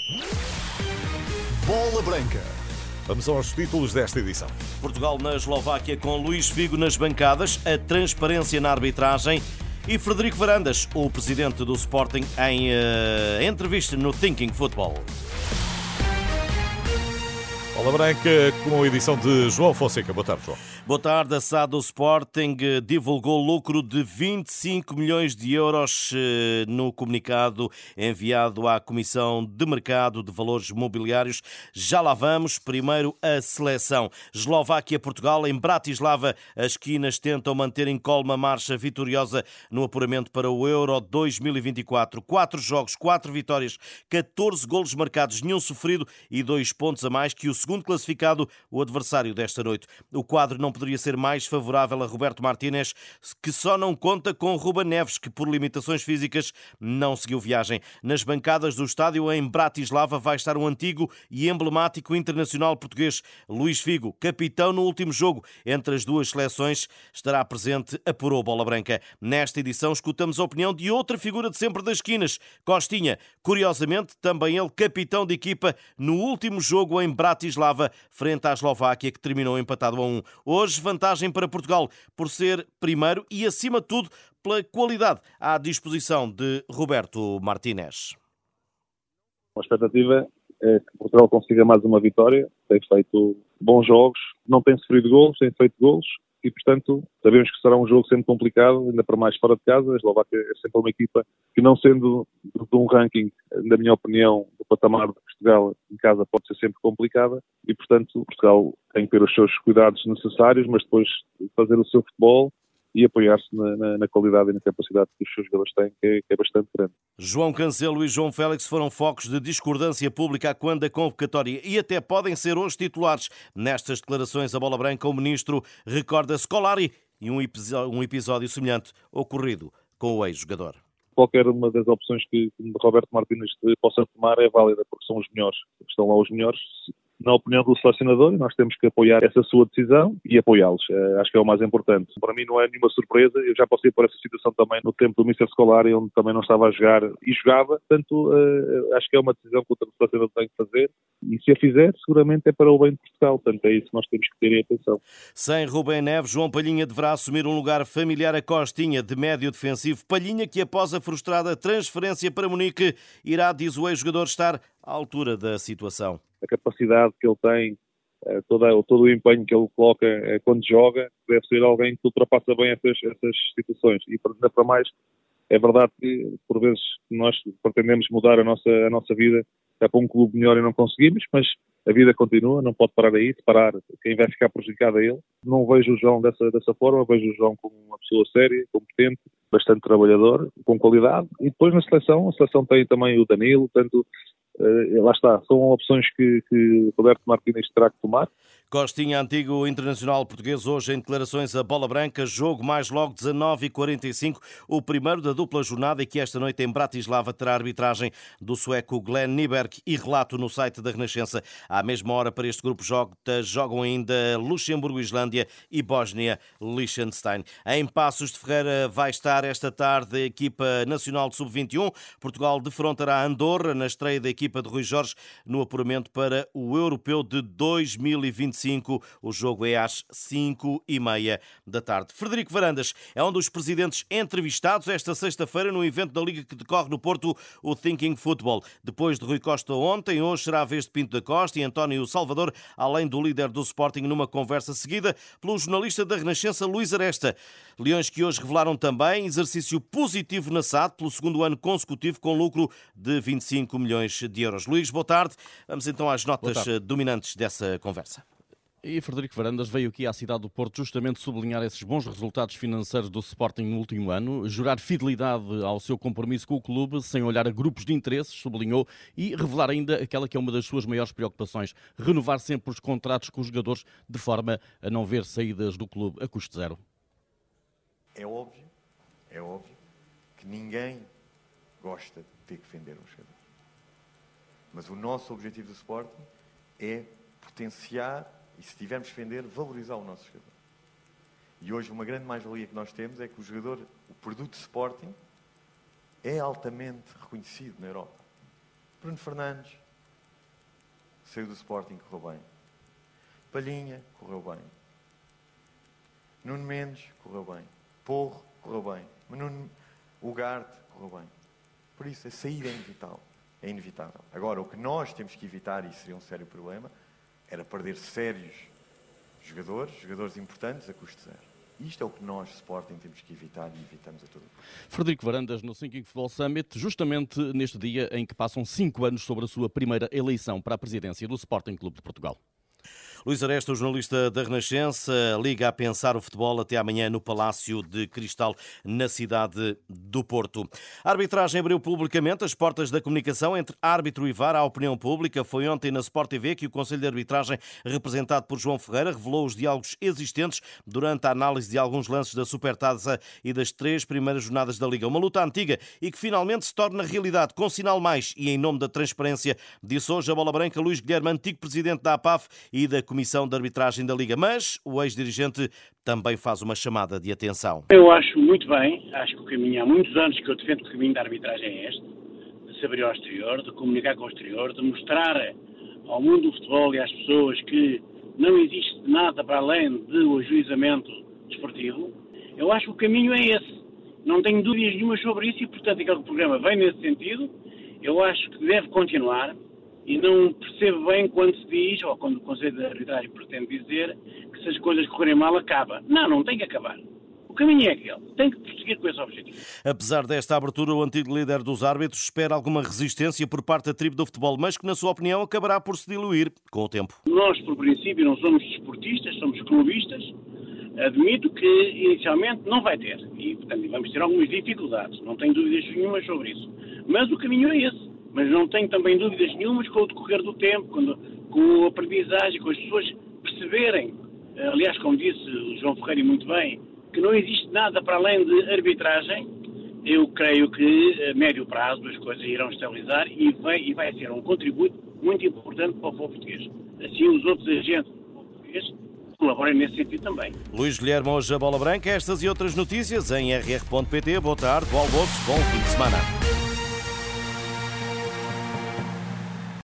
Bola Branca. Vamos aos títulos desta edição. Portugal na Eslováquia com Luís Figo nas bancadas, a transparência na arbitragem e Frederico Varandas, o presidente do Sporting, em entrevista no Thinking Football. Bola Branca com a edição de João Fonseca. Boa tarde, João. Boa tarde. A SAD do Sporting divulgou lucro de 25 milhões de euros no comunicado enviado à Comissão de Mercado de Valores Mobiliários. Já lá vamos. Primeiro, a seleção. Eslováquia-Portugal. Em Bratislava, as esquinas tentam manter em colma a marcha vitoriosa no apuramento para o Euro 2024. 4 jogos, 4 vitórias, 14 golos marcados, nenhum sofrido e 2 pontos a mais que o segundo classificado, o adversário desta noite. O quadro não poderia ser mais favorável a Roberto Martínez, que só não conta com Ruben Neves, que por limitações físicas não seguiu viagem. Nas bancadas do estádio em Bratislava vai estar um antigo e emblemático internacional português, Luís Figo, capitão no último jogo entre as duas seleções, estará presente, apurou Bola Branca. Nesta edição escutamos a opinião de outra figura de sempre das esquinas, Costinha. Curiosamente, também ele capitão de equipa no último jogo em Bratislava, frente à Eslováquia, que terminou empatado a 1. Hoje, vantagem para Portugal, por ser primeiro e, acima de tudo, pela qualidade à disposição de Roberto Martínez. A expectativa é que Portugal consiga mais uma vitória. Tem feito bons jogos, não tem sofrido golos, tem feito golos e, portanto, sabemos que será um jogo sempre complicado, ainda para mais fora de casa. A Eslováquia é sempre uma equipa que, não sendo de um ranking, na minha opinião, do patamar de Portugal em casa, pode ser sempre complicada e, portanto, Portugal tem que ter os seus cuidados necessários, mas depois fazer o seu futebol e apoiar-se na qualidade e na capacidade que os seus jogadores têm, que é bastante grande. João Cancelo e João Félix foram focos de discordância pública quando a convocatória e até podem ser hoje titulares. Nestas declarações, a Bola Branca, o ministro recorda Scolari e um episódio semelhante ocorrido com o ex-jogador. Qualquer uma das opções que Roberto Martínez possa tomar é válida, porque são os melhores. Estão lá os melhores, na opinião do selecionador, e nós temos que apoiar essa sua decisão e apoiá-los. Acho que é o mais importante. Para mim não é nenhuma surpresa. Eu já passei por essa situação também no tempo do Mr. Scolari, onde também não estava a jogar e jogava. Portanto, acho que é uma decisão que o selecionador tem que fazer. E se a fizer, seguramente é para o bem de Portugal. Portanto, é isso que nós temos que ter em atenção. Sem Rubem Neves, João Palhinha deverá assumir um lugar familiar a Costinha, de médio defensivo. Palhinha, que após a frustrada transferência para Munique, irá, diz o ex-jogador, estar à altura da situação. A capacidade que ele tem, todo o empenho que ele coloca quando joga, deve ser alguém que ultrapassa bem essas situações. E ainda para mais, é verdade que por vezes nós pretendemos mudar a nossa vida para um clube melhor e não conseguimos, mas a vida continua, não pode parar aí. Se parar, quem vai ficar prejudicado é ele. Não vejo o João dessa forma, vejo o João como uma pessoa séria, competente, bastante trabalhador, com qualidade. E depois na seleção, a seleção tem também o Danilo, portanto, lá está, são opções que Roberto Martínez terá que tomar. Costinha, antigo internacional português, hoje em declarações a Bola Branca, jogo mais logo 19h45, o primeiro da dupla jornada e que esta noite em Bratislava terá arbitragem do sueco Glenn Nyberg e relato no site da Renascença. À mesma hora para este grupo jogam ainda Luxemburgo-Islândia e Bósnia-Liechtenstein. Em Passos de Ferreira vai estar esta tarde a equipa nacional de sub-21. Portugal defrontará Andorra na estreia da equipa de Rui Jorge no apuramento para o Europeu de 2025. O jogo é às 5h30 da tarde. Frederico Varandas é um dos presidentes entrevistados esta sexta-feira no evento da Liga que decorre no Porto, o Thinking Football. Depois de Rui Costa ontem, hoje será a vez de Pinto da Costa e António Salvador, além do líder do Sporting, numa conversa seguida pelo jornalista da Renascença, Luís Aresta. Leões que hoje revelaram também exercício positivo na SAD pelo segundo ano consecutivo com lucro de 25 milhões de euros. Luís, boa tarde. Vamos então às notas dominantes dessa conversa. E Frederico Varandas veio aqui à cidade do Porto justamente sublinhar esses bons resultados financeiros do Sporting no último ano, jurar fidelidade ao seu compromisso com o clube, sem olhar a grupos de interesses, sublinhou, e revelar ainda aquela que é uma das suas maiores preocupações, renovar sempre os contratos com os jogadores de forma a não ver saídas do clube a custo zero. É óbvio que ninguém gosta de ter que vender um jogador. Mas o nosso objetivo do Sporting é potenciar e, se tivermos que vender, valorizar o nosso jogador. E hoje uma grande mais-valia que nós temos é que o jogador, o produto Sporting, é altamente reconhecido na Europa. Bruno Fernandes, saiu do Sporting, correu bem. Palhinha, correu bem. Nuno Mendes, correu bem. Porro, correu bem. Ugarte, correu bem. Por isso, a saída é inevitável. Agora, o que nós temos que evitar, e seria um sério problema, era perder sérios jogadores importantes a custo zero. Isto é o que nós, Sporting, temos que evitar e evitamos a todo custo. Frederico Varandas, no Thinking Football Summit, justamente neste dia em que passam 5 anos sobre a sua primeira eleição para a presidência do Sporting Clube de Portugal. Luís Aresta, o jornalista da Renascença, liga a pensar o futebol até amanhã no Palácio de Cristal, na cidade do Porto. A arbitragem abriu publicamente as portas da comunicação entre árbitro e VAR à opinião pública. Foi ontem na Sport TV que o Conselho de Arbitragem, representado por João Ferreira, revelou os diálogos existentes durante a análise de alguns lances da Supertaça e das 3 primeiras jornadas da Liga. Uma luta antiga e que finalmente se torna realidade, com sinal mais e em nome da transparência, disse hoje a Bola Branca Luís Guilherme, antigo presidente da APAF e da Comissão de Arbitragem da Liga, mas o ex-dirigente também faz uma chamada de atenção. Eu acho muito bem, acho que o caminho, há muitos anos que eu defendo que o caminho da arbitragem é este, de se abrir ao exterior, de comunicar com o exterior, de mostrar ao mundo do futebol e às pessoas que não existe nada para além do ajuizamento desportivo. Eu acho que o caminho é esse, não tenho dúvidas nenhuma sobre isso e, portanto, aquele programa vem nesse sentido. Eu acho que deve continuar. E não percebo bem quando se diz, ou quando o Conselho de Arbitragem pretende dizer, que se as coisas correrem mal, acaba. Não tem que acabar. O caminho é aquele. Tem que prosseguir com esse objetivo. Apesar desta abertura, o antigo líder dos árbitros espera alguma resistência por parte da tribo do futebol, mas que, na sua opinião, acabará por se diluir com o tempo. Nós, por princípio, não somos desportistas, somos clubistas. Admito que, inicialmente, não vai ter. E, portanto, vamos ter algumas dificuldades. Não tenho dúvidas nenhuma sobre isso. Mas o caminho é esse. Mas não tenho também dúvidas nenhumas com o decorrer do tempo, com a aprendizagem, com as pessoas perceberem, aliás, como disse o João Ferreira muito bem, que não existe nada para além de arbitragem. Eu creio que a médio prazo as coisas irão estabilizar e vai ser um contributo muito importante para o futebol português. Assim, os outros agentes do futebol português colaborem nesse sentido também. Luís Guilherme, hoje a Bola Branca. Estas e outras notícias em rr.pt. Boa tarde, bom almoço, bom fim de semana.